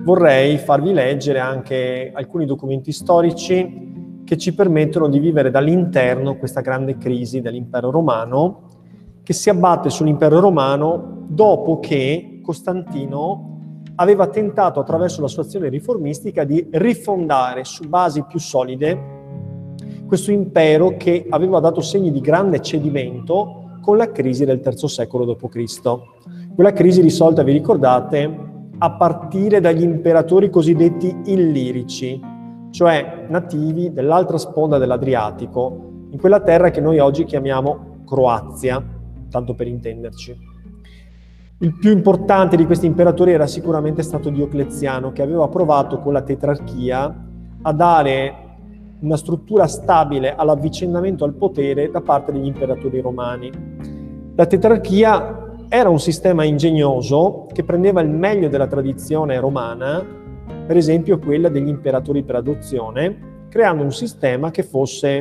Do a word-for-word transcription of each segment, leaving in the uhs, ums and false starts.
vorrei farvi leggere anche alcuni documenti storici che ci permettono di vivere dall'interno questa grande crisi dell'impero romano, che si abbatte sull'impero romano dopo che Costantino aveva tentato attraverso la sua azione riformistica di rifondare su basi più solide questo impero che aveva dato segni di grande cedimento con la crisi del terzo secolo dopo Cristo. Quella crisi risolta, vi ricordate, a partire dagli imperatori cosiddetti illirici, cioè nativi dell'altra sponda dell'Adriatico, in quella terra che noi oggi chiamiamo Croazia, tanto per intenderci. Il più importante di questi imperatori era sicuramente stato Diocleziano, che aveva provato con la tetrarchia a dare una struttura stabile all'avvicendamento al potere da parte degli imperatori romani. La tetrarchia era un sistema ingegnoso che prendeva il meglio della tradizione romana, per esempio quella degli imperatori per adozione, creando un sistema che fosse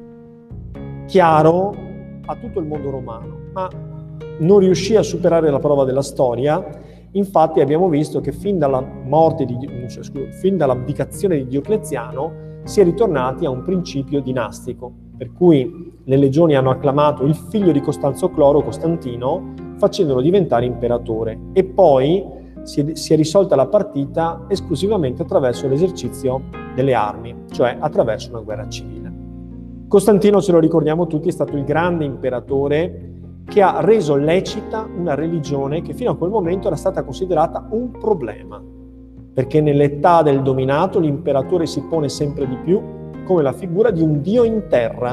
chiaro a tutto il mondo romano, ma non riuscì a superare la prova della storia. Infatti abbiamo visto che fin dalla morte di, scusa, fin dall'abdicazione di Diocleziano si è ritornati a un principio dinastico, per cui le legioni hanno acclamato il figlio di Costanzo Cloro, Costantino, facendolo diventare imperatore, e poi si è, si è risolta la partita esclusivamente attraverso l'esercizio delle armi, cioè attraverso una guerra civile. Costantino, ce lo ricordiamo tutti, è stato il grande imperatore che ha reso lecita una religione che fino a quel momento era stata considerata un problema, perché nell'età del dominato l'imperatore si pone sempre di più come la figura di un dio in terra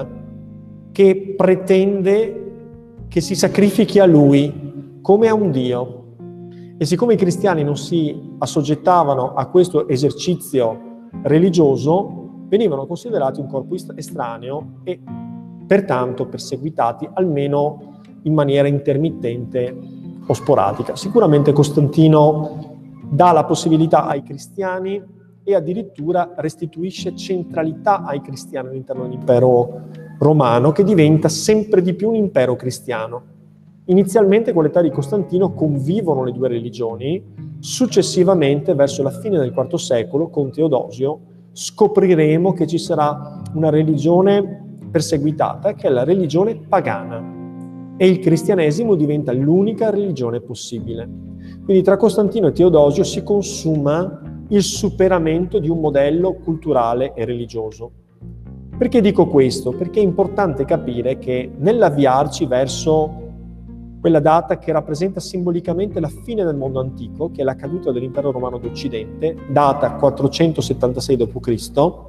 che pretende che si sacrifichi a lui come a un dio. E siccome i cristiani non si assoggettavano a questo esercizio religioso, venivano considerati un corpo estraneo e pertanto perseguitati almeno in maniera intermittente o sporadica. Sicuramente Costantino dà la possibilità ai cristiani e addirittura restituisce centralità ai cristiani all'interno dell'impero romano, che diventa sempre di più un impero cristiano. Inizialmente con l'età di Costantino convivono le due religioni, successivamente verso la fine del quarto secolo con Teodosio scopriremo che ci sarà una religione perseguitata, che è la religione pagana, e il cristianesimo diventa l'unica religione possibile. Quindi tra Costantino e Teodosio si consuma il superamento di un modello culturale e religioso. Perché dico questo? Perché è importante capire che nell'avviarci verso quella data che rappresenta simbolicamente la fine del mondo antico, che è la caduta dell'impero romano d'Occidente, data quattrocentosettantasei dopo Cristo,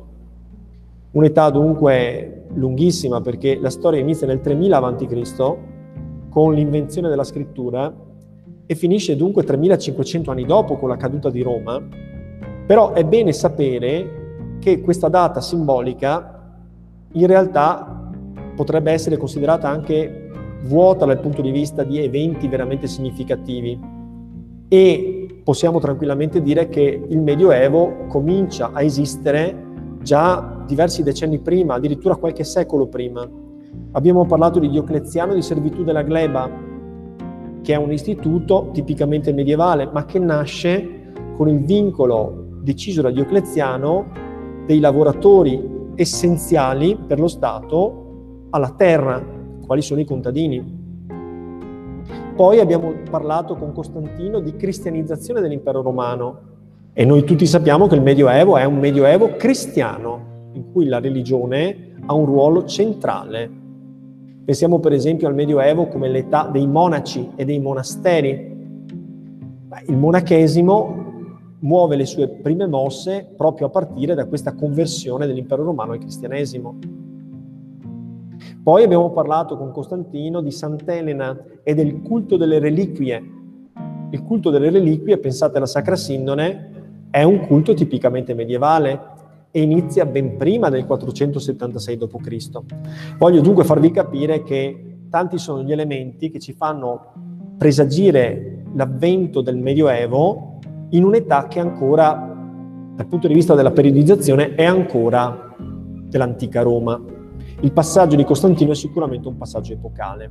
un'età dunque lunghissima, perché la storia inizia nel tremila avanti Cristo con l'invenzione della scrittura e finisce dunque tremilacinquecento anni dopo con la caduta di Roma. Però è bene sapere che questa data simbolica in realtà potrebbe essere considerata anche vuota dal punto di vista di eventi veramente significativi, e possiamo tranquillamente dire che il Medioevo comincia a esistere già diversi decenni prima, addirittura qualche secolo prima. Abbiamo parlato di Diocleziano, di servitù della gleba, che è un istituto tipicamente medievale, ma che nasce con il vincolo deciso da Diocleziano dei lavoratori essenziali per lo Stato alla terra, quali sono i contadini. Poi abbiamo parlato con Costantino di cristianizzazione dell'impero romano, e noi tutti sappiamo che il Medioevo è un Medioevo cristiano, in cui la religione ha un ruolo centrale. Pensiamo per esempio al Medioevo come l'età dei monaci e dei monasteri. Il monachesimo muove le sue prime mosse proprio a partire da questa conversione dell'impero romano al cristianesimo. Poi abbiamo parlato con Costantino di Sant'Elena e del culto delle reliquie. Il culto delle reliquie, pensate alla Sacra Sindone, è un culto tipicamente medievale e inizia ben prima del quattrocentosettantasei dopo Cristo. Voglio dunque farvi capire che tanti sono gli elementi che ci fanno presagire l'avvento del Medioevo in un'età che ancora, dal punto di vista della periodizzazione, è ancora dell'antica Roma. Il passaggio di Costantino è sicuramente un passaggio epocale.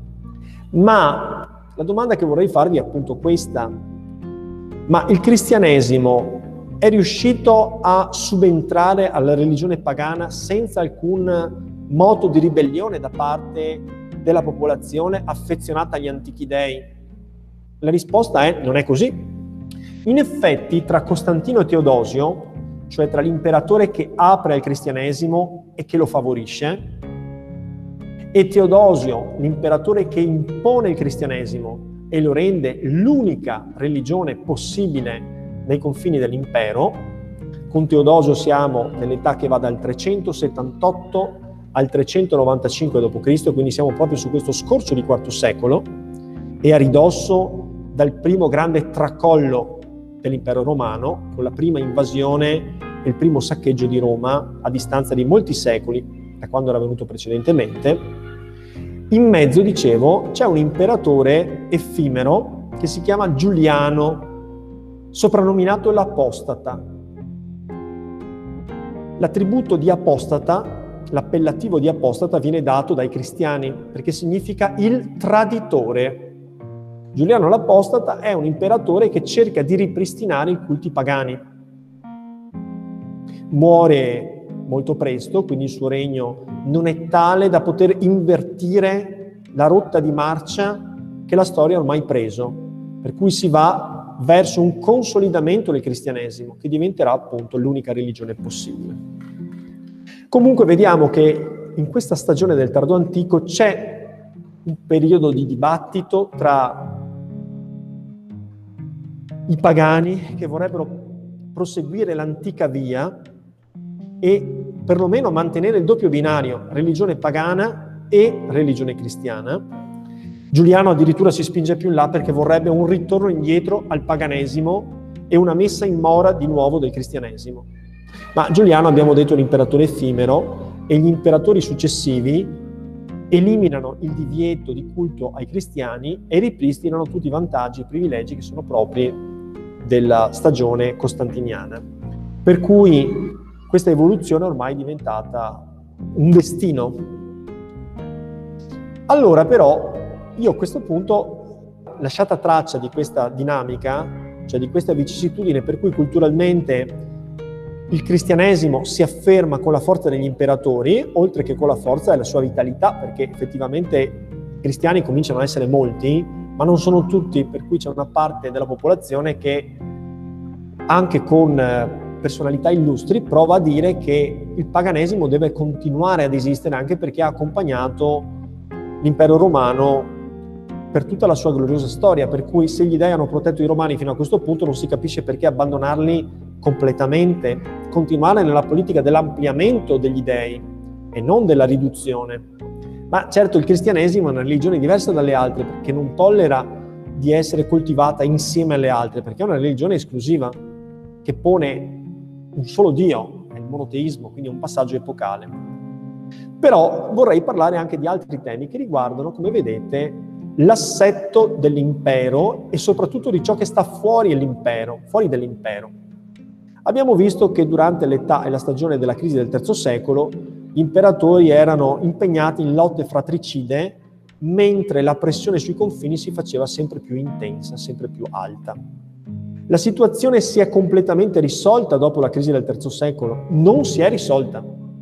Ma la domanda che vorrei farvi è appunto questa: ma il cristianesimo è riuscito a subentrare alla religione pagana senza alcun moto di ribellione da parte della popolazione affezionata agli antichi dei? La risposta è: non è così. In effetti, tra Costantino e Teodosio, cioè tra l'imperatore che apre al cristianesimo e che lo favorisce, e Teodosio, l'imperatore che impone il cristianesimo e lo rende l'unica religione possibile nei confini dell'impero, con Teodosio siamo nell'età che va dal trecentosettantotto al trecentonovantacinque dopo Cristo, quindi siamo proprio su questo scorcio di quarto secolo, e a ridosso dal primo grande tracollo dell'impero romano, con la prima invasione e il primo saccheggio di Roma a distanza di molti secoli, da quando era venuto precedentemente. In mezzo, dicevo, c'è un imperatore effimero che si chiama Giuliano, soprannominato l'Apostata. L'attributo di apostata, l'appellativo di apostata, viene dato dai cristiani perché significa il traditore. Giuliano l'Apostata è un imperatore che cerca di ripristinare i culti pagani. Muore molto presto, quindi il suo regno non è tale da poter invertire la rotta di marcia che la storia ha ormai preso, per cui si va verso un consolidamento del cristianesimo, che diventerà appunto l'unica religione possibile. Comunque vediamo che in questa stagione del tardo antico c'è un periodo di dibattito tra i pagani che vorrebbero proseguire l'antica via e perlomeno mantenere il doppio binario, religione pagana e religione cristiana. Giuliano addirittura si spinge più in là perché vorrebbe un ritorno indietro al paganesimo e una messa in mora di nuovo del cristianesimo. Ma Giuliano, abbiamo detto, è un imperatore effimero e gli imperatori successivi eliminano il divieto di culto ai cristiani e ripristinano tutti i vantaggi e privilegi che sono propri della stagione costantiniana. Per cui questa evoluzione ormai è diventata un destino. Allora però io a questo punto, lasciata traccia di questa dinamica, cioè di questa vicissitudine per cui culturalmente il cristianesimo si afferma con la forza degli imperatori, oltre che con la forza della sua vitalità, perché effettivamente i cristiani cominciano a essere molti, ma non sono tutti, per cui c'è una parte della popolazione che anche con personalità illustri prova a dire che il paganesimo deve continuare ad esistere, anche perché ha accompagnato l'impero romano per tutta la sua gloriosa storia, per cui se gli dei hanno protetto i romani fino a questo punto non si capisce perché abbandonarli completamente, continuare nella politica dell'ampliamento degli dei e non della riduzione. Ma certo il cristianesimo è una religione diversa dalle altre perché non tollera di essere coltivata insieme alle altre, perché è una religione esclusiva che pone un solo Dio, è il monoteismo, quindi è un passaggio epocale. Però vorrei parlare anche di altri temi che riguardano, come vedete, l'assetto dell'impero e soprattutto di ciò che sta fuori dell'impero, fuori dell'impero. Abbiamo visto che durante l'età e la stagione della crisi del terzo secolo gli imperatori erano impegnati in lotte fratricide, mentre la pressione sui confini si faceva sempre più intensa, sempre più alta. La situazione si è completamente risolta dopo la crisi del terzo secolo? Non si è risolta.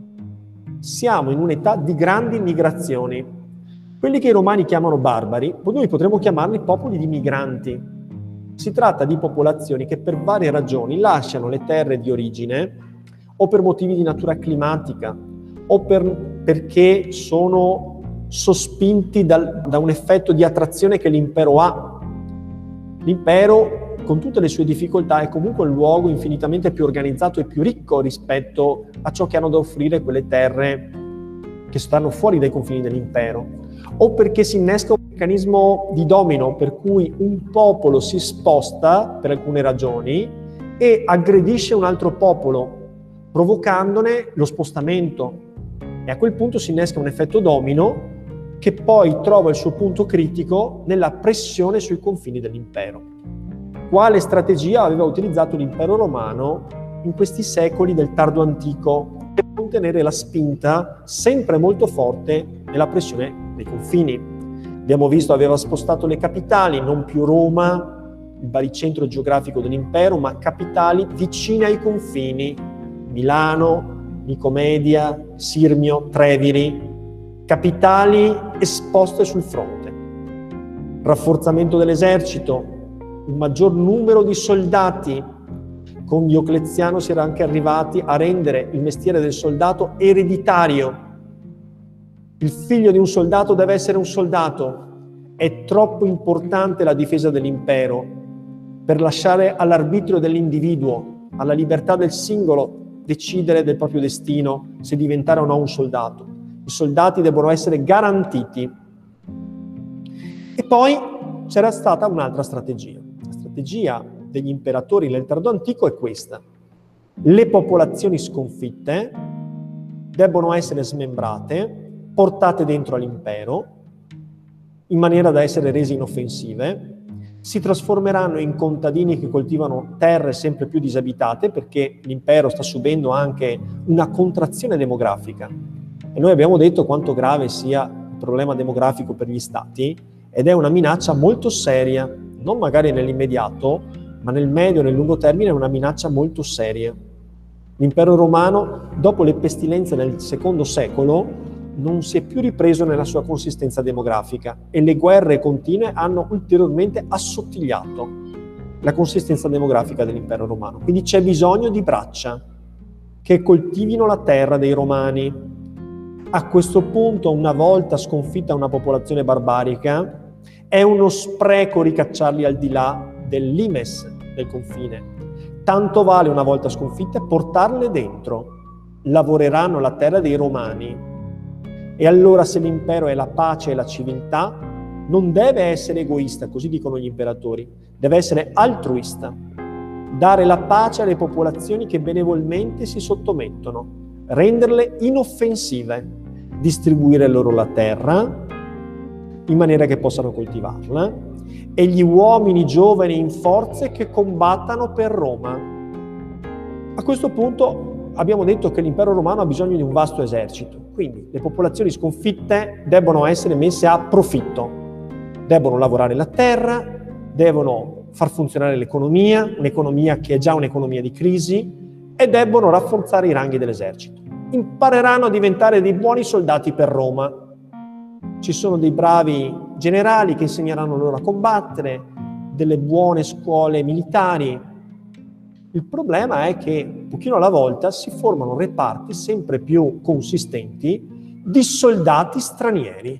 Siamo in un'età di grandi migrazioni. Quelli che i romani chiamano barbari, noi potremmo chiamarli popoli di migranti. Si tratta di popolazioni che per varie ragioni lasciano le terre di origine, o per motivi di natura climatica, o per, perché sono sospinti dal, da un effetto di attrazione che l'impero ha. L'impero, con tutte le sue difficoltà, è comunque un luogo infinitamente più organizzato e più ricco rispetto a ciò che hanno da offrire quelle terre che stanno fuori dai confini dell'impero. O perché si innesca un meccanismo di domino per cui un popolo si sposta per alcune ragioni e aggredisce un altro popolo, provocandone lo spostamento. E a quel punto si innesca un effetto domino che poi trova il suo punto critico nella pressione sui confini dell'impero. Quale strategia aveva utilizzato l'impero romano in questi secoli del tardo antico per contenere la spinta sempre molto forte nella pressione dei confini? Abbiamo visto, aveva spostato le capitali, non più Roma, il baricentro geografico dell'impero, ma capitali vicine ai confini, Milano, Nicomedia, Sirmio, Treviri, capitali esposte sul fronte. Rafforzamento dell'esercito, un maggior numero di soldati. Con Diocleziano si era anche arrivati a rendere il mestiere del soldato ereditario. Il figlio di un soldato deve essere un soldato. È troppo importante la difesa dell'impero per lasciare all'arbitrio dell'individuo, alla libertà del singolo, decidere del proprio destino, se diventare o no un soldato. I soldati devono essere garantiti. E poi c'era stata un'altra strategia. La strategia degli imperatori nel tardo antico è questa. Le popolazioni sconfitte debbono essere smembrate, portate dentro all'impero, in maniera da essere rese inoffensive, si trasformeranno in contadini che coltivano terre sempre più disabitate, perché l'impero sta subendo anche una contrazione demografica. E noi abbiamo detto quanto grave sia il problema demografico per gli stati, ed è una minaccia molto seria, non magari nell'immediato, ma nel medio e nel lungo termine è una minaccia molto seria. L'impero romano, dopo le pestilenze del secondo secolo, non si è più ripreso nella sua consistenza demografica e le guerre continue hanno ulteriormente assottigliato la consistenza demografica dell'impero romano. Quindi c'è bisogno di braccia che coltivino la terra dei romani. A questo punto, una volta sconfitta una popolazione barbarica, è uno spreco ricacciarli al di là del limes, del confine. Tanto vale, una volta sconfitte, portarle dentro. Lavoreranno la terra dei romani. E allora, se l'impero è la pace e la civiltà, non deve essere egoista, così dicono gli imperatori, deve essere altruista. Dare la pace alle popolazioni che benevolmente si sottomettono, renderle inoffensive, distribuire loro la terra in maniera che possano coltivarla, e gli uomini giovani in forze che combattano per Roma. A questo punto abbiamo detto che l'impero romano ha bisogno di un vasto esercito, quindi le popolazioni sconfitte debbono essere messe a profitto, debbono lavorare la terra, devono far funzionare l'economia, un'economia che è già un'economia di crisi, e debbono rafforzare i ranghi dell'esercito. Impareranno a diventare dei buoni soldati per Roma. Ci sono dei bravi generali che insegneranno loro a combattere, delle buone scuole militari. Il problema è che, un pochino alla volta, si formano reparti sempre più consistenti di soldati stranieri,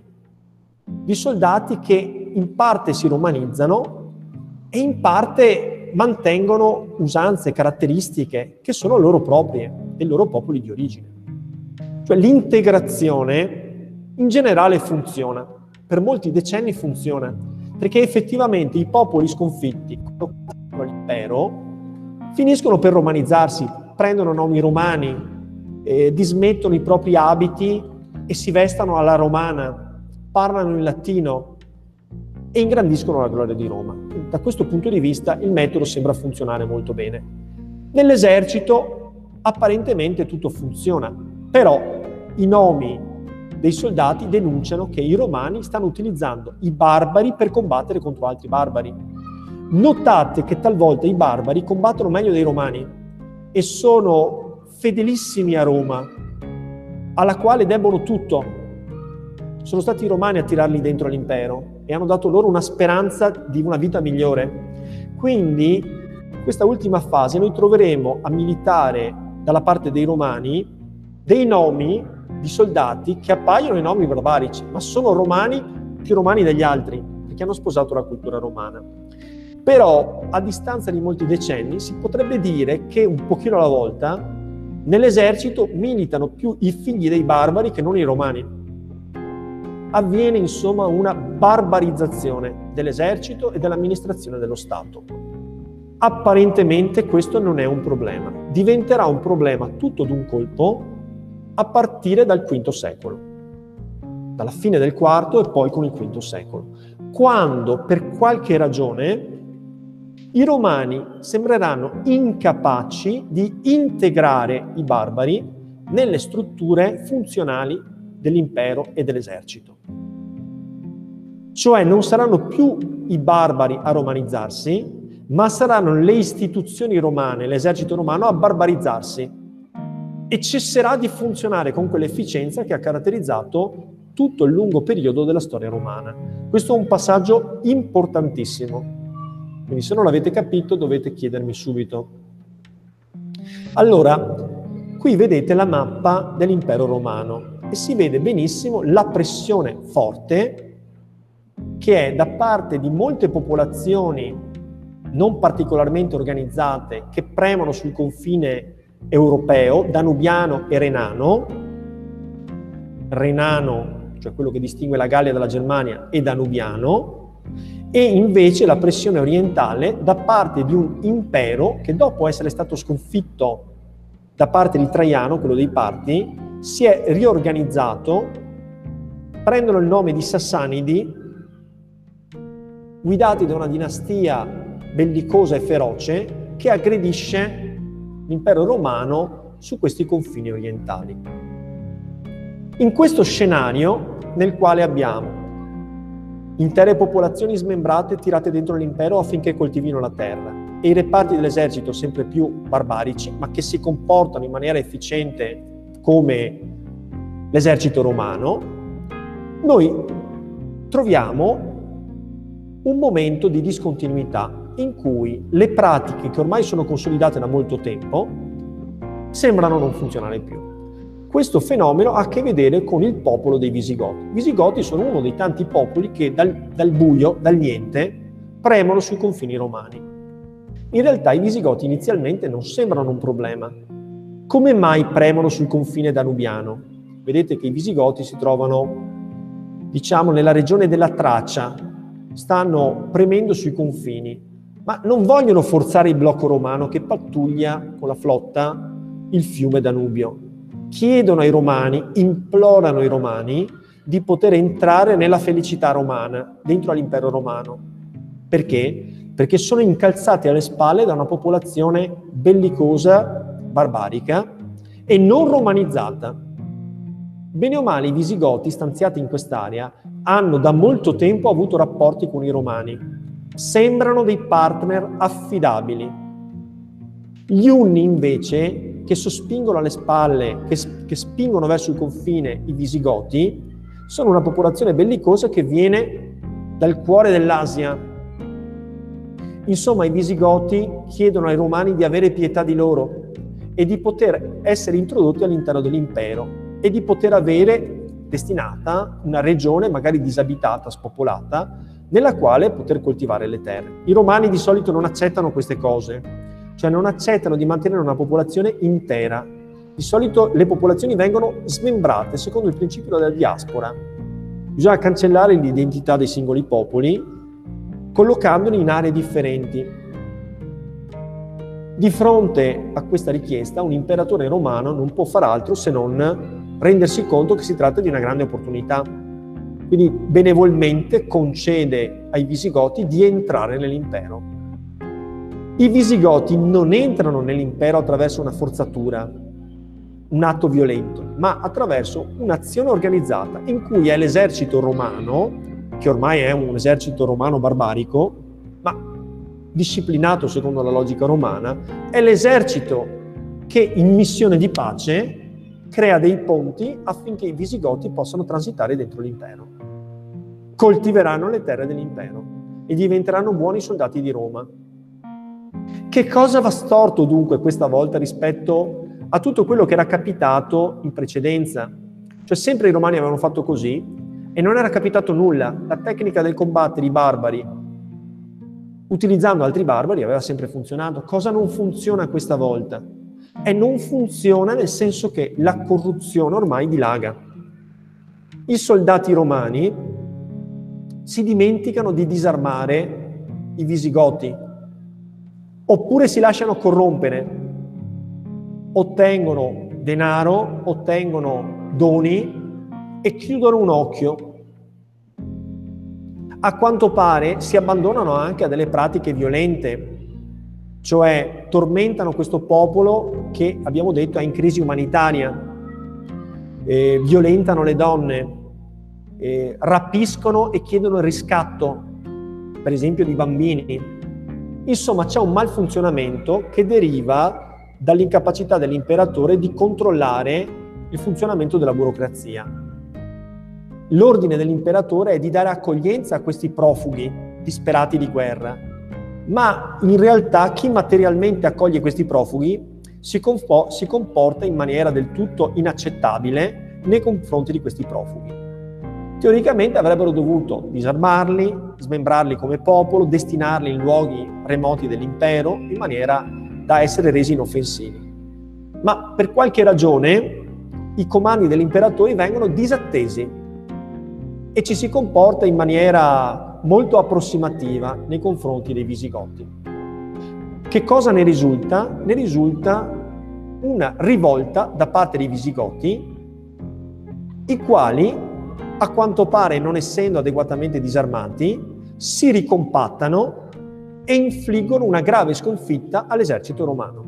di soldati che in parte si romanizzano e in parte mantengono usanze, caratteristiche che sono loro proprie, dei loro popoli di origine. Cioè l'integrazione in generale funziona, per molti decenni funziona, perché effettivamente i popoli sconfitti all'impero finiscono per romanizzarsi, prendono nomi romani, eh, dismettono i propri abiti e si vestano alla romana, parlano in latino e ingrandiscono la gloria di Roma. Da questo punto di vista il metodo sembra funzionare molto bene. Nell'esercito apparentemente tutto funziona, però i nomi dei soldati denunciano che i romani stanno utilizzando i barbari per combattere contro altri barbari. Notate che talvolta i barbari combattono meglio dei romani e sono fedelissimi a Roma, alla quale debbono tutto. Sono stati i romani a tirarli dentro all'impero e hanno dato loro una speranza di una vita migliore. Quindi, in questa ultima fase, noi troveremo a militare dalla parte dei romani dei nomi di soldati che appaiono i nomi barbarici, ma sono romani più romani degli altri, perché hanno sposato la cultura romana. Però, a distanza di molti decenni, si potrebbe dire che un pochino alla volta nell'esercito militano più i figli dei barbari che non i romani. Avviene insomma una barbarizzazione dell'esercito e dell'amministrazione dello Stato. Apparentemente questo non è un problema. Diventerà un problema tutto d'un colpo a partire dal quinto secolo, dalla fine del quarto e poi con il quinto secolo, quando per qualche ragione i romani sembreranno incapaci di integrare i barbari nelle strutture funzionali dell'impero e dell'esercito. Cioè non saranno più i barbari a romanizzarsi, ma saranno le istituzioni romane, l'esercito romano a barbarizzarsi e cesserà di funzionare con quell'efficienza che ha caratterizzato tutto il lungo periodo della storia romana. Questo è un passaggio importantissimo, quindi se non l'avete capito dovete chiedermi subito. Allora, qui vedete la mappa dell'impero romano e si vede benissimo la pressione forte che è da parte di molte popolazioni non particolarmente organizzate che premono sul confine europeo, danubiano e renano, renano, cioè quello che distingue la Gallia dalla Germania, e danubiano, e invece la pressione orientale da parte di un impero che dopo essere stato sconfitto da parte di Traiano, quello dei Parti, si è riorganizzato, prendono il nome di Sassanidi, guidati da una dinastia bellicosa e feroce che aggredisce l'impero romano su questi confini orientali. In questo scenario nel quale abbiamo intere popolazioni smembrate tirate dentro l'impero affinché coltivino la terra e i reparti dell'esercito sempre più barbarici, ma che si comportano in maniera efficiente come l'esercito romano, noi troviamo un momento di discontinuità in cui le pratiche che ormai sono consolidate da molto tempo sembrano non funzionare più. Questo fenomeno ha a che vedere con il popolo dei Visigoti. I Visigoti sono uno dei tanti popoli che dal, dal buio, dal niente, premono sui confini romani. In realtà i Visigoti inizialmente non sembrano un problema. Come mai premono sul confine danubiano? Vedete che i Visigoti si trovano, diciamo, nella regione della Tracia, stanno premendo sui confini, ma non vogliono forzare il blocco romano che pattuglia con la flotta il fiume Danubio. Chiedono ai romani, implorano ai romani di poter entrare nella felicità romana, dentro all'impero romano. Perché? Perché sono incalzati alle spalle da una popolazione bellicosa, barbarica e non romanizzata. Bene o male, i Visigoti stanziati in quest'area hanno da molto tempo avuto rapporti con i romani. Sembrano dei partner affidabili. Gli Unni invece, che sospingono alle spalle, che, che spingono verso il confine i Visigoti, sono una popolazione bellicosa che viene dal cuore dell'Asia. Insomma, i Visigoti chiedono ai Romani di avere pietà di loro e di poter essere introdotti all'interno dell'impero e di poter avere destinata una regione magari disabitata, spopolata, nella quale poter coltivare le terre. I romani di solito non accettano queste cose, cioè non accettano di mantenere una popolazione intera. Di solito le popolazioni vengono smembrate secondo il principio della diaspora. Bisogna cancellare l'identità dei singoli popoli collocandoli in aree differenti. Di fronte a questa richiesta, un imperatore romano non può far altro se non rendersi conto che si tratta di una grande opportunità. Quindi benevolmente concede ai Visigoti di entrare nell'impero. I Visigoti non entrano nell'impero attraverso una forzatura, un atto violento, ma attraverso un'azione organizzata in cui è l'esercito romano, che ormai è un esercito romano barbarico, ma disciplinato secondo la logica romana, è l'esercito che in missione di pace crea dei ponti affinché i Visigoti possano transitare dentro l'impero. Coltiveranno le terre dell'impero e diventeranno buoni soldati di Roma. Che cosa va storto dunque questa volta rispetto a tutto quello che era capitato in precedenza? Cioè sempre i romani avevano fatto così e non era capitato nulla. La tecnica del combattere i barbari utilizzando altri barbari aveva sempre funzionato. Cosa non funziona questa volta? E non funziona nel senso che la corruzione ormai dilaga. I soldati romani si dimenticano di disarmare i Visigoti, oppure si lasciano corrompere, ottengono denaro, ottengono doni e chiudono un occhio. A quanto pare si abbandonano anche a delle pratiche violente, cioè tormentano questo popolo che, abbiamo detto, è in crisi umanitaria, eh, violentano le donne, eh, rapiscono e chiedono il riscatto, per esempio di bambini. Insomma, c'è un malfunzionamento che deriva dall'incapacità dell'imperatore di controllare il funzionamento della burocrazia. L'ordine dell'imperatore è di dare accoglienza a questi profughi disperati di guerra, ma in realtà chi materialmente accoglie questi profughi si, compo- si comporta in maniera del tutto inaccettabile nei confronti di questi profughi. Teoricamente avrebbero dovuto disarmarli, smembrarli come popolo, destinarli in luoghi remoti dell'impero in maniera da essere resi inoffensivi. Ma per qualche ragione i comandi dell'imperatore vengono disattesi e ci si comporta in maniera molto approssimativa nei confronti dei Visigoti. Che cosa ne risulta? Ne risulta una rivolta da parte dei Visigoti, i quali, a quanto pare non essendo adeguatamente disarmati, si ricompattano e infliggono una grave sconfitta all'esercito romano.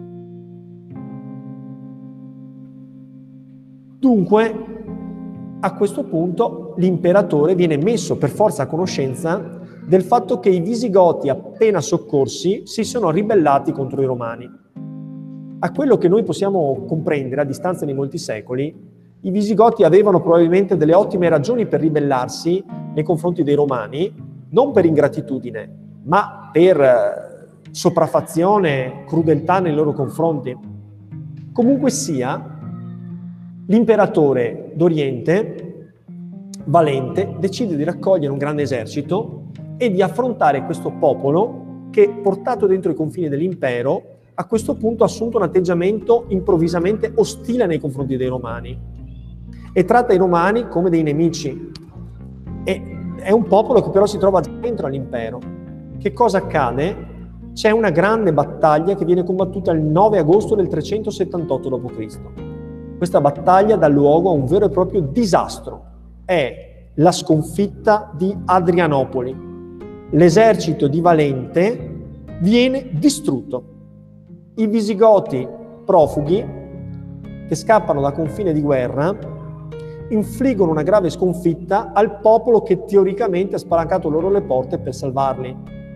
Dunque, a questo punto l'imperatore viene messo per forza a conoscenza del fatto che i Visigoti, appena soccorsi, si sono ribellati contro i Romani. A quello che noi possiamo comprendere a distanza di molti secoli, i Visigoti avevano probabilmente delle ottime ragioni per ribellarsi nei confronti dei Romani, non per ingratitudine, ma per sopraffazione, crudeltà nei loro confronti. Comunque sia, l'imperatore d'Oriente, Valente, decide di raccogliere un grande esercito e di affrontare questo popolo che, portato dentro i confini dell'impero, a questo punto ha assunto un atteggiamento improvvisamente ostile nei confronti dei Romani e tratta i Romani come dei nemici. E è un popolo che però si trova dentro all'impero. Che cosa accade? C'è una grande battaglia che viene combattuta il nove agosto del trecentosettantotto dopo Cristo Questa battaglia dà luogo a un vero e proprio disastro. È la sconfitta di Adrianopoli. L'esercito di Valente viene distrutto. I Visigoti profughi, che scappano da confine di guerra, infliggono una grave sconfitta al popolo che teoricamente ha spalancato loro le porte per salvarli.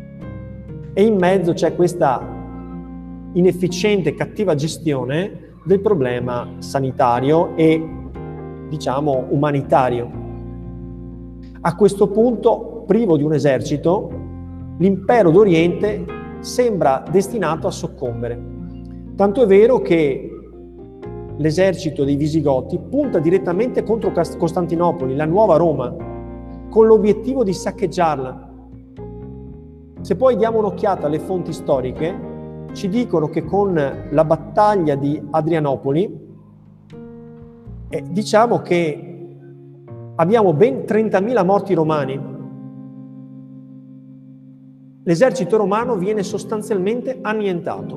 E in mezzo c'è questa inefficiente e cattiva gestione del problema sanitario e, diciamo, umanitario. A questo punto, privo di un esercito, l'impero d'Oriente sembra destinato a soccombere. Tanto è vero che l'esercito dei Visigoti punta direttamente contro Costantinopoli, la nuova Roma, con l'obiettivo di saccheggiarla. Se poi diamo un'occhiata alle fonti storiche, ci dicono che con la battaglia di Adrianopoli, eh, diciamo che abbiamo ben trentamila morti romani. L'esercito romano viene sostanzialmente annientato.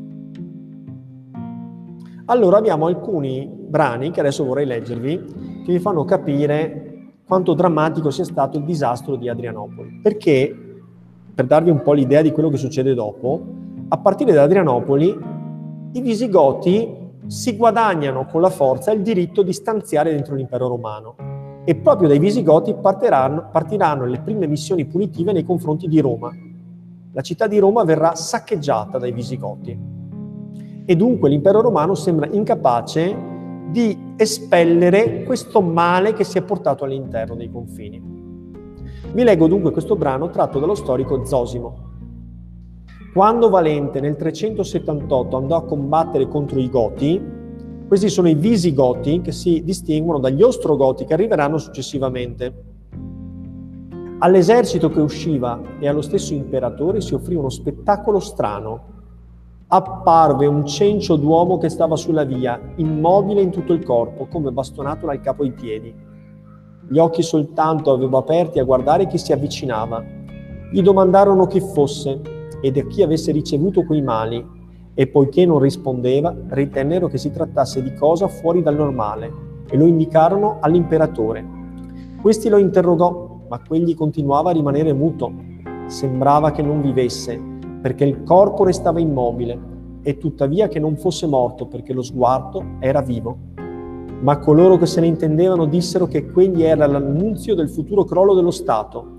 Allora abbiamo alcuni brani, che adesso vorrei leggervi, che vi fanno capire quanto drammatico sia stato il disastro di Adrianopoli. Perché, per darvi un po' l'idea di quello che succede dopo, a partire da Adrianopoli, i Visigoti si guadagnano con la forza il diritto di stanziare dentro l'impero romano. E proprio dai Visigoti partiranno, partiranno le prime missioni punitive nei confronti di Roma. La città di Roma verrà saccheggiata dai Visigoti. E dunque l'impero romano sembra incapace di espellere questo male che si è portato all'interno dei confini. Vi leggo dunque questo brano tratto dallo storico Zosimo. Quando Valente nel trecentosettantotto andò a combattere contro i Goti, questi sono i Visigoti che si distinguono dagli Ostrogoti che arriveranno successivamente. All'esercito che usciva e allo stesso imperatore si offrì uno spettacolo strano. Apparve un cencio d'uomo che stava sulla via, immobile in tutto il corpo, come bastonato dal capo ai piedi. Gli occhi soltanto avevo aperti a guardare chi si avvicinava. Gli domandarono chi fosse e da chi avesse ricevuto quei mali, e poiché non rispondeva, ritennero che si trattasse di cosa fuori dal normale e lo indicarono all'imperatore. Questi lo interrogò, ma quegli continuava a rimanere muto. Sembrava che non vivesse, perché il corpo restava immobile, e tuttavia che non fosse morto, perché lo sguardo era vivo. Ma coloro che se ne intendevano dissero che quegli era l'annunzio del futuro crollo dello Stato,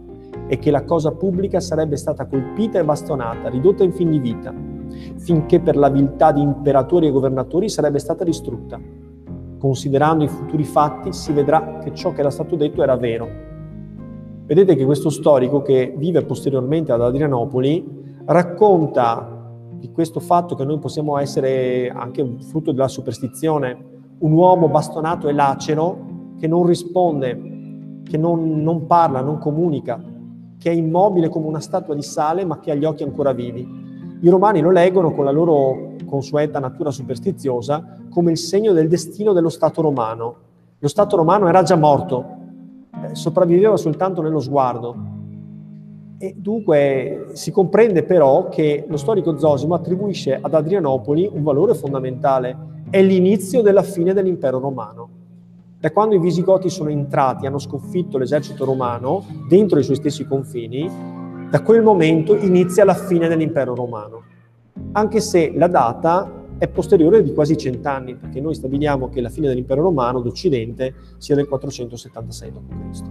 e che la cosa pubblica sarebbe stata colpita e bastonata, ridotta in fin di vita, finché per la viltà di imperatori e governatori sarebbe stata distrutta. Considerando i futuri fatti, si vedrà che ciò che era stato detto era vero. Vedete che questo storico, che vive posteriormente ad Adrianopoli, racconta di questo fatto che noi possiamo essere anche un frutto della superstizione, un uomo bastonato e lacero che non risponde, che non, non parla, non comunica, che è immobile come una statua di sale ma che ha gli occhi ancora vivi. I romani lo leggono con la loro consueta natura superstiziosa come il segno del destino dello Stato romano. Lo Stato romano era già morto, eh, sopravviveva soltanto nello sguardo. E dunque si comprende però che lo storico Zosimo attribuisce ad Adrianopoli un valore fondamentale: è l'inizio della fine dell'impero romano. Da quando i Visigoti sono entrati, hanno sconfitto l'esercito romano dentro i suoi stessi confini, da quel momento inizia la fine dell'impero romano, anche se la data è posteriore di quasi cent'anni, perché noi stabiliamo che la fine dell'impero romano d'Occidente sia del quattrocentosettantasei dopo Cristo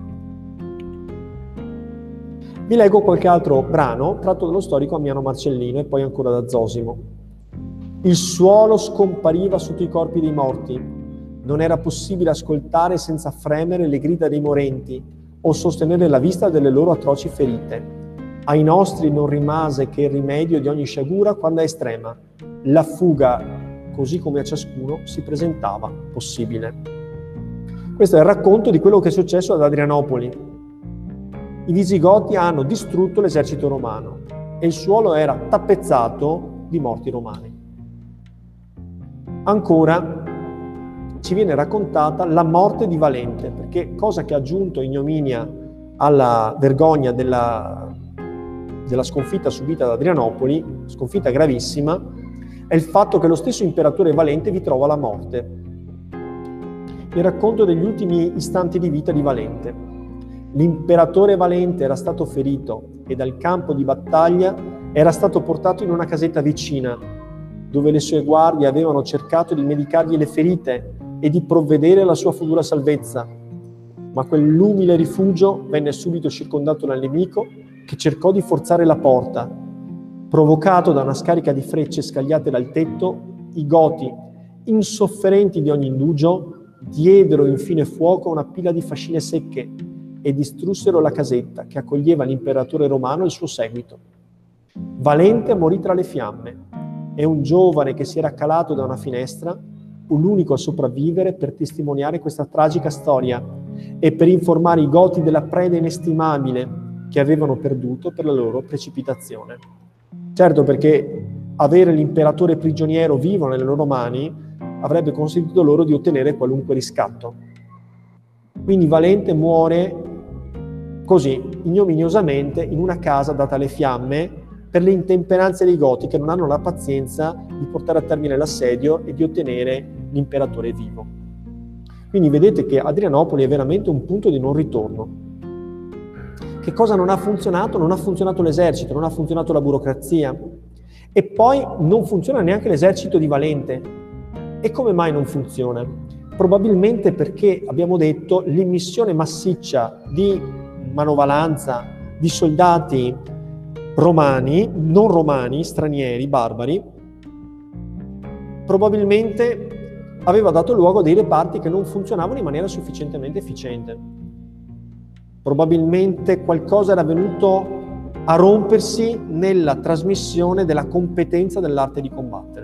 Vi leggo qualche altro brano tratto dallo storico Ammiano Marcellino e poi ancora da Zosimo. Il suolo scompariva sotto i corpi dei morti. Non era possibile ascoltare senza fremere le grida dei morenti o sostenere la vista delle loro atroci ferite. Ai nostri non rimase che il rimedio di ogni sciagura quando è estrema. La fuga, così come a ciascuno si presentava possibile. Questo è il racconto di quello che è successo ad Adrianopoli. I Visigoti hanno distrutto l'esercito romano e il suolo era tappezzato di morti romani. Ancora ci viene raccontata la morte di Valente, perché cosa che ha aggiunto ignominia alla vergogna della, della sconfitta subita da Adrianopoli, sconfitta gravissima, è il fatto che lo stesso imperatore Valente vi trova la morte. Il racconto degli ultimi istanti di vita di Valente. L'imperatore Valente era stato ferito e dal campo di battaglia era stato portato in una casetta vicina, dove le sue guardie avevano cercato di medicargli le ferite e di provvedere alla sua futura salvezza. Ma quell'umile rifugio venne subito circondato dal nemico, che cercò di forzare la porta. Provocato da una scarica di frecce scagliate dal tetto, i Goti, insofferenti di ogni indugio, diedero infine fuoco a una pila di fascine secche e distrussero la casetta che accoglieva l'imperatore romano e il suo seguito. Valente morì tra le fiamme e un giovane che si era calato da una finestra fu l'unico a sopravvivere per testimoniare questa tragica storia e per informare i Goti della preda inestimabile che avevano perduto per la loro precipitazione. Certo, perché avere l'imperatore prigioniero vivo nelle loro mani avrebbe consentito loro di ottenere qualunque riscatto. Quindi Valente muore così, ignominiosamente, in una casa data alle fiamme per le intemperanze dei Goti, che non hanno la pazienza di portare a termine l'assedio e di ottenere l'imperatore vivo. Quindi vedete che Adrianopoli è veramente un punto di non ritorno. Che cosa non ha funzionato? Non ha funzionato l'esercito, non ha funzionato la burocrazia e poi non funziona neanche l'esercito di Valente. E come mai non funziona? Probabilmente perché, abbiamo detto, l'immissione massiccia di manovalanza, di soldati romani, non romani, stranieri, barbari, probabilmente aveva dato luogo a dei reparti che non funzionavano in maniera sufficientemente efficiente. Probabilmente qualcosa era venuto a rompersi nella trasmissione della competenza dell'arte di combattere.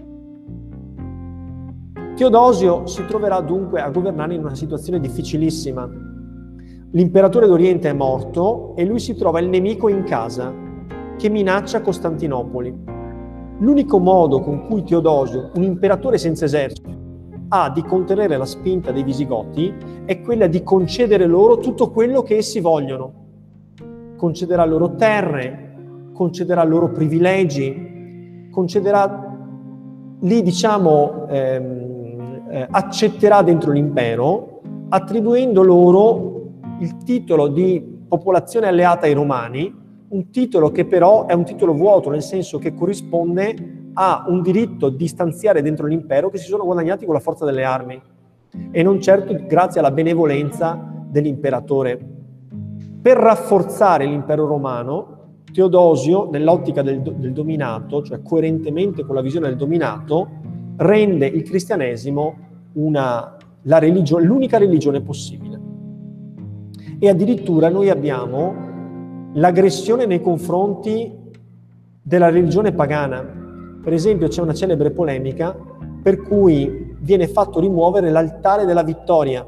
Teodosio si troverà dunque a governare in una situazione difficilissima. L'imperatore d'Oriente è morto e lui si trova il nemico in casa che minaccia Costantinopoli. L'unico modo con cui Teodosio, un imperatore senza esercito, ha di contenere la spinta dei Visigoti è quella di concedere loro tutto quello che essi vogliono. Concederà loro terre, concederà loro privilegi, concederà lì, diciamo, ehm, eh, accetterà dentro l'impero, attribuendo loro il titolo di popolazione alleata ai Romani, un titolo che però è un titolo vuoto, nel senso che corrisponde a un diritto di stanziare dentro l'impero che si sono guadagnati con la forza delle armi e non certo grazie alla benevolenza dell'imperatore. Per rafforzare l'impero romano, Teodosio, nell'ottica del, del dominato, cioè coerentemente con la visione del dominato, rende il cristianesimo una, la religione, l'unica religione possibile. E addirittura noi abbiamo l'aggressione nei confronti della religione pagana. Per esempio c'è una celebre polemica per cui viene fatto rimuovere l'altare della vittoria.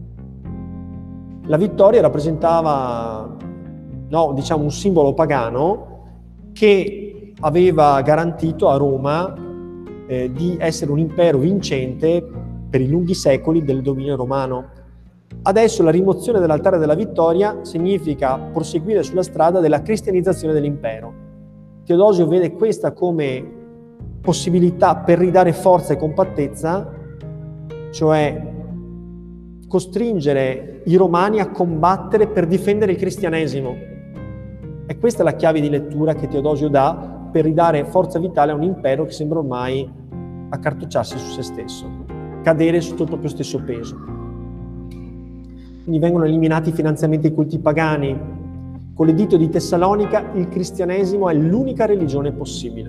La vittoria rappresentava, no, diciamo, un simbolo pagano che aveva garantito a Roma eh, di essere un impero vincente per i lunghi secoli del dominio romano. Adesso la rimozione dell'altare della vittoria significa proseguire sulla strada della cristianizzazione dell'impero. Teodosio vede questa come possibilità per ridare forza e compattezza, cioè costringere i romani a combattere per difendere il cristianesimo. E questa è la chiave di lettura che Teodosio dà per ridare forza vitale a un impero che sembra ormai accartocciarsi su se stesso, cadere sotto il proprio stesso peso. Quindi vengono eliminati i finanziamenti ai culti pagani. Con l'editto di Tessalonica il cristianesimo è l'unica religione possibile.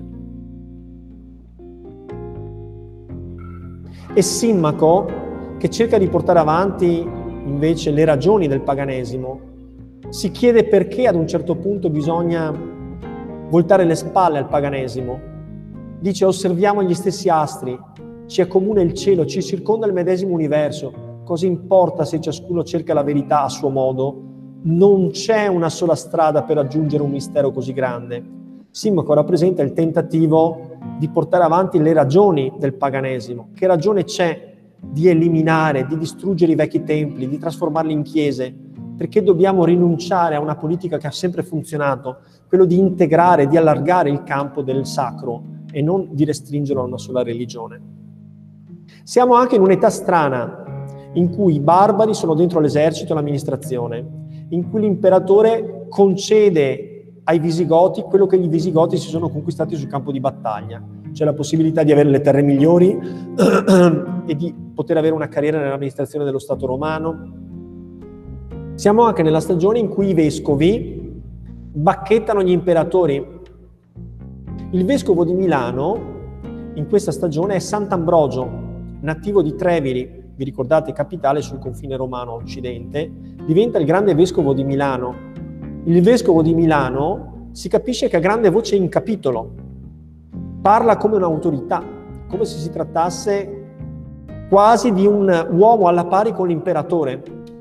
E Simmaco, che cerca di portare avanti invece le ragioni del paganesimo, si chiede perché ad un certo punto bisogna voltare le spalle al paganesimo. Dice: osserviamo gli stessi astri, ci accomuna il cielo, ci circonda il medesimo universo. Cosa importa se ciascuno cerca la verità a suo modo? Non c'è una sola strada per raggiungere un mistero così grande. Simmaco rappresenta il tentativo di portare avanti le ragioni del paganesimo. Che ragione c'è di eliminare, di distruggere i vecchi templi, di trasformarli in chiese? Perché dobbiamo rinunciare a una politica che ha sempre funzionato, quello di integrare, di allargare il campo del sacro e non di restringerlo a una sola religione. Siamo anche in un'età strana, in cui i barbari sono dentro l'esercito e l'amministrazione, in cui l'imperatore concede ai visigoti quello che i visigoti si sono conquistati sul campo di battaglia. C'è la possibilità di avere le terre migliori e di poter avere una carriera nell'amministrazione dello Stato romano. Siamo anche nella stagione in cui i vescovi bacchettano gli imperatori. Il vescovo di Milano in questa stagione è Sant'Ambrogio, nativo di Treviri, vi ricordate, capitale sul confine romano a occidente, diventa il grande vescovo di Milano. Il vescovo di Milano si capisce che ha grande voce in capitolo, parla come un'autorità, come se si trattasse quasi di un uomo alla pari con l'imperatore.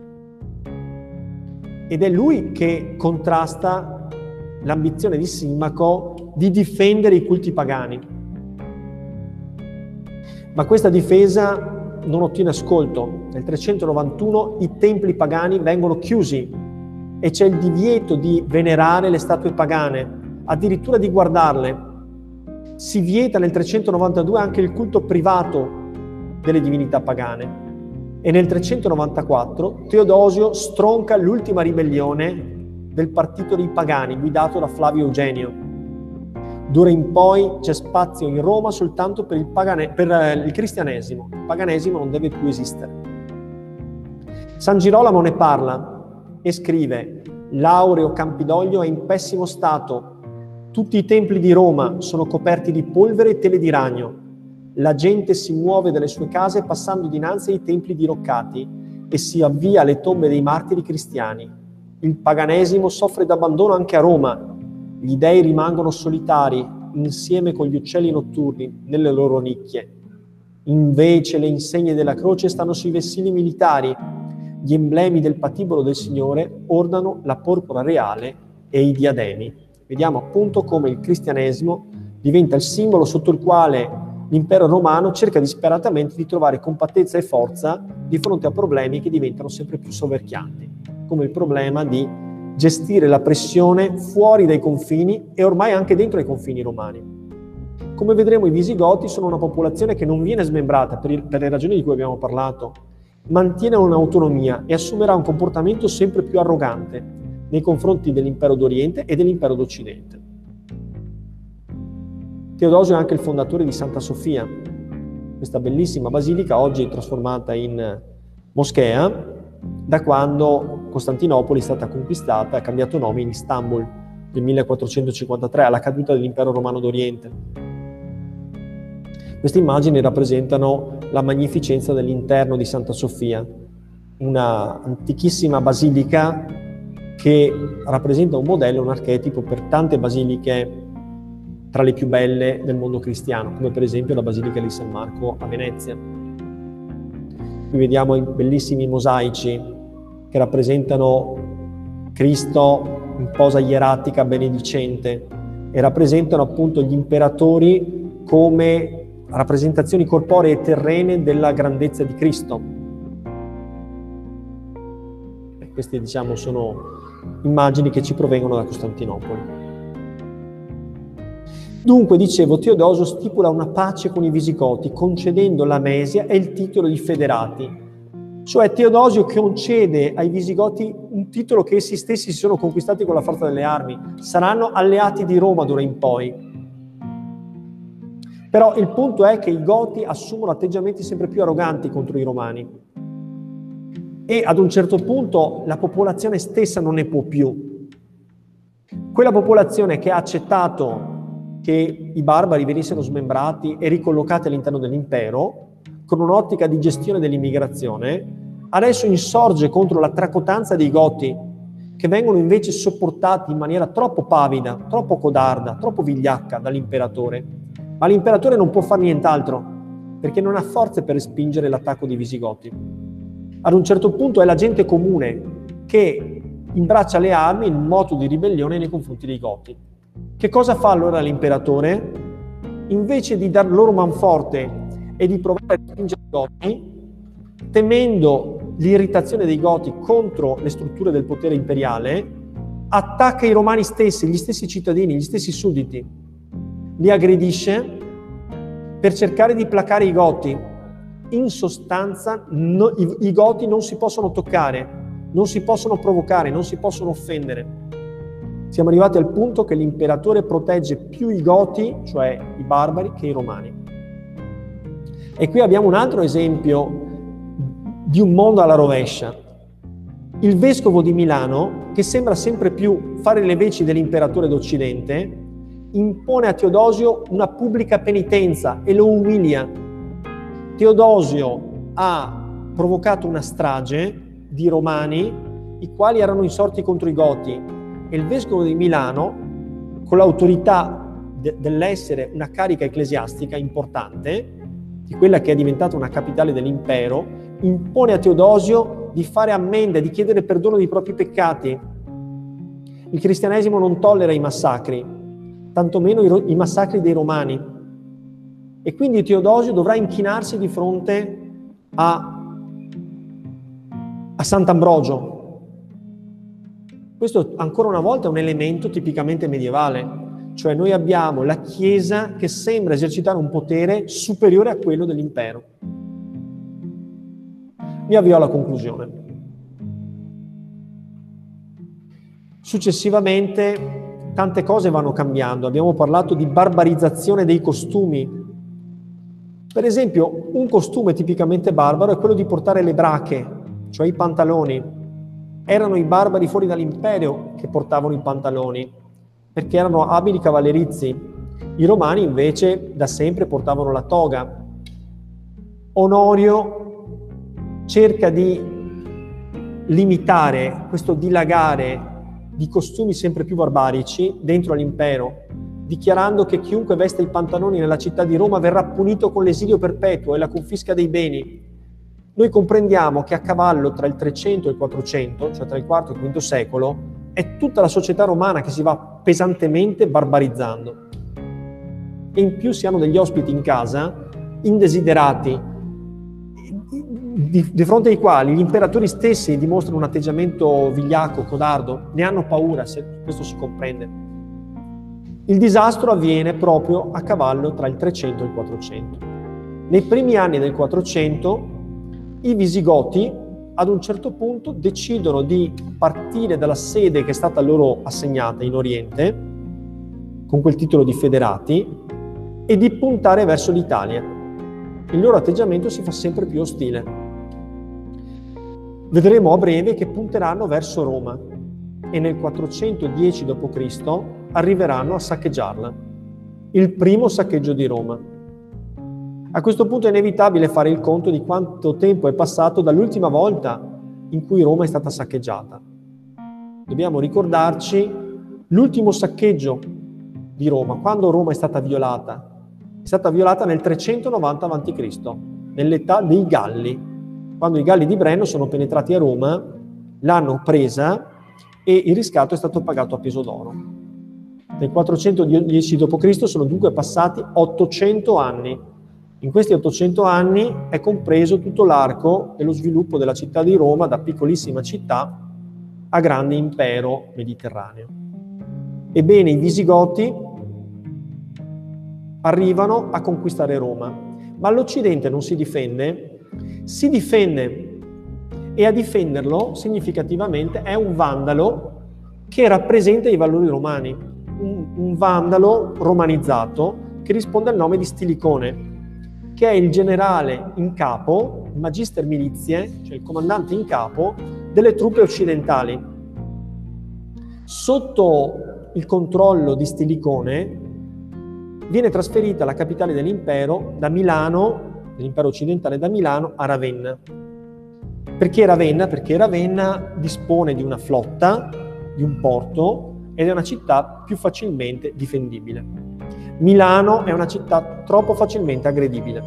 Ed è lui che contrasta l'ambizione di Simmaco di difendere i culti pagani. Ma questa difesa non ottiene ascolto. Nel trecentonovantuno i templi pagani vengono chiusi e c'è il divieto di venerare le statue pagane, addirittura di guardarle. Si vieta nel trecentonovantadue anche il culto privato delle divinità pagane. E nel trecentonovantaquattro Teodosio stronca l'ultima ribellione del partito dei pagani, guidato da Flavio Eugenio. D'ora in poi c'è spazio in Roma soltanto per il, pagane- per il cristianesimo. Il paganesimo non deve più esistere. San Girolamo ne parla e scrive: l'aureo Campidoglio è in pessimo stato. Tutti i templi di Roma sono coperti di polvere e tele di ragno. La gente si muove dalle sue case passando dinanzi ai templi diroccati e si avvia alle tombe dei martiri cristiani. Il paganesimo soffre d'abbandono anche a Roma. Gli dei rimangono solitari insieme con gli uccelli notturni nelle loro nicchie. Invece le insegne della croce stanno sui vestiti militari. Gli emblemi del patibolo del Signore ornano la porpora reale e i diademi. Vediamo appunto come il cristianesimo diventa il simbolo sotto il quale l'impero romano cerca disperatamente di trovare compattezza e forza di fronte a problemi che diventano sempre più soverchianti, come il problema di gestire la pressione fuori dai confini e ormai anche dentro i confini romani. Come vedremo, i visigoti sono una popolazione che non viene smembrata per, il, per le ragioni di cui abbiamo parlato, mantiene un'autonomia e assumerà un comportamento sempre più arrogante nei confronti dell'impero d'Oriente e dell'impero d'Occidente. Teodosio è anche il fondatore di Santa Sofia, questa bellissima basilica oggi trasformata in moschea, da quando Costantinopoli è stata conquistata e ha cambiato nome in Istanbul nel millequattrocentocinquantatré, alla caduta dell'impero romano d'Oriente. Queste immagini rappresentano la magnificenza dell'interno di Santa Sofia, una antichissima basilica che rappresenta un modello, un archetipo per tante basiliche tra le più belle del mondo cristiano, come per esempio la Basilica di San Marco a Venezia. Qui vediamo i bellissimi mosaici che rappresentano Cristo in posa ieratica benedicente e rappresentano appunto gli imperatori come rappresentazioni corporee e terrene della grandezza di Cristo. E queste, diciamo, sono immagini che ci provengono da Costantinopoli. Dunque, dicevo, Teodosio stipula una pace con i Visigoti, concedendo la Mesia e il titolo di federati. Cioè Teodosio concede ai Visigoti un titolo che essi stessi si sono conquistati con la forza delle armi. Saranno alleati di Roma d'ora in poi. Però il punto è che i Goti assumono atteggiamenti sempre più arroganti contro i Romani. E ad un certo punto la popolazione stessa non ne può più. Quella popolazione che ha accettato che i barbari venissero smembrati e ricollocati all'interno dell'impero, con un'ottica di gestione dell'immigrazione, adesso insorge contro la tracotanza dei Goti, che vengono invece sopportati in maniera troppo pavida, troppo codarda, troppo vigliacca dall'imperatore. Ma l'imperatore non può fare nient'altro, perché non ha forze per respingere l'attacco dei Visigoti. Ad un certo punto è la gente comune che imbraccia le armi in moto di ribellione nei confronti dei Goti. Che cosa fa allora l'imperatore? Invece di dar loro manforte e di provare a respingere i Goti, temendo l'irritazione dei Goti contro le strutture del potere imperiale, attacca i Romani stessi, gli stessi cittadini, gli stessi sudditi. Li aggredisce per cercare di placare i Goti. In sostanza no, i, i Goti non si possono toccare, non si possono provocare, non si possono offendere. Siamo arrivati al punto che l'imperatore protegge più i Goti, cioè i barbari, che i Romani. E qui abbiamo un altro esempio di un mondo alla rovescia. Il vescovo di Milano, che sembra sempre più fare le veci dell'imperatore d'Occidente, impone a Teodosio una pubblica penitenza e lo umilia. Teodosio ha provocato una strage di Romani, i quali erano insorti contro i Goti, e il vescovo di Milano, con l'autorità de- dell'essere una carica ecclesiastica importante, di quella che è diventata una capitale dell'impero, impone a Teodosio di fare ammenda, di chiedere perdono dei propri peccati. Il cristianesimo non tollera i massacri, tantomeno i, i massacri dei Romani. E quindi Teodosio dovrà inchinarsi di fronte a, a Sant'Ambrogio. Questo ancora una volta è un elemento tipicamente medievale, cioè noi abbiamo la Chiesa che sembra esercitare un potere superiore a quello dell'impero. Mi avvio alla conclusione. Successivamente tante cose vanno cambiando. Abbiamo parlato di barbarizzazione dei costumi. Per esempio, un costume tipicamente barbaro è quello di portare le brache, cioè i pantaloni. Erano i barbari fuori dall'impero che portavano i pantaloni, perché erano abili cavallerizi. I romani invece da sempre portavano la toga. Onorio cerca di limitare questo dilagare di costumi sempre più barbarici dentro all'impero, dichiarando che chiunque veste i pantaloni nella città di Roma verrà punito con l'esilio perpetuo e la confisca dei beni. Noi comprendiamo che a cavallo tra il trecento e il quattrocento, cioè tra il quarto e il quinto secolo, è tutta la società romana che si va pesantemente barbarizzando. E in più si hanno degli ospiti in casa, indesiderati, Di, di fronte ai quali gli imperatori stessi dimostrano un atteggiamento vigliacco, codardo, ne hanno paura, se questo si comprende. Il disastro avviene proprio a cavallo tra il trecento e il quattrocento. Nei primi anni del quattrocento i Visigoti ad un certo punto decidono di partire dalla sede che è stata loro assegnata in Oriente, con quel titolo di federati, e di puntare verso l'Italia. Il loro atteggiamento si fa sempre più ostile. vedremo a breve che punteranno verso Roma e nel quattrocentodieci dopo Cristo arriveranno a saccheggiarla. Il primo saccheggio di Roma. A questo punto è inevitabile fare il conto di quanto tempo è passato dall'ultima volta in cui Roma è stata saccheggiata. Dobbiamo ricordarci l'ultimo saccheggio di Roma, quando Roma è stata violata. È stata violata nel trecentonovanta avanti Cristo, nell'età dei Galli, quando i Galli di Brennero sono penetrati a Roma, l'hanno presa e il riscatto è stato pagato a peso d'oro. Nel quattrocentodieci dopo Cristo sono dunque passati ottocento anni. In questi ottocento anni è compreso tutto l'arco dello sviluppo della città di Roma, da piccolissima città a grande impero mediterraneo. Ebbene, i Visigoti arrivano a conquistare Roma, ma l'Occidente non si difende, si difende e a difenderlo significativamente è un vandalo che rappresenta i valori romani, un, un vandalo romanizzato che risponde al nome di Stilicone, che è il generale in capo, il magister milizie, cioè il comandante in capo delle truppe occidentali. Sotto il controllo di Stilicone viene trasferita la capitale dell'impero da Milano, dell'impero occidentale, da Milano a Ravenna. Perché Ravenna? Perché Ravenna dispone di una flotta, di un porto, ed è una città più facilmente difendibile. Milano è una città troppo facilmente aggredibile.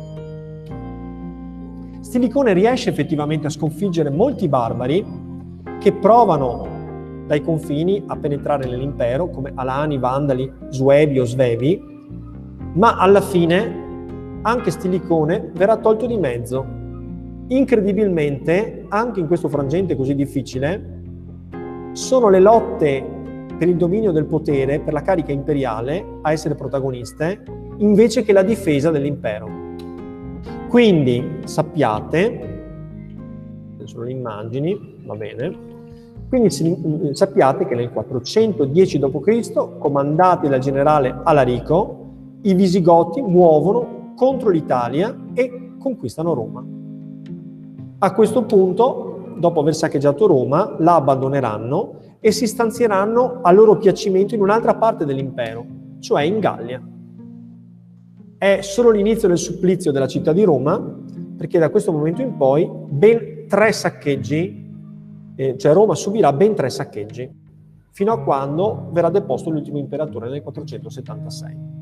Stilicone riesce effettivamente a sconfiggere molti barbari che provano dai confini a penetrare nell'impero, come Alani, Vandali, Suebi o Svevi, ma alla fine anche Stilicone verrà tolto di mezzo. Incredibilmente, anche in questo frangente così difficile, sono le lotte per il dominio del potere, per la carica imperiale, a essere protagoniste, invece che la difesa dell'impero. Quindi sappiate, sono le immagini, va bene, quindi sappiate che nel quattrocentodieci dopo Cristo, comandati dal generale Alarico, i Visigoti muovono contro l'Italia e conquistano Roma. A questo punto, dopo aver saccheggiato Roma, la abbandoneranno e si stanzieranno a loro piacimento in un'altra parte dell'impero, cioè in Gallia. È solo l'inizio del supplizio della città di Roma, perché da questo momento in poi ben tre saccheggi, eh, cioè Roma subirà ben tre saccheggi, fino a quando verrà deposto l'ultimo imperatore nel quattrocentosettantasei.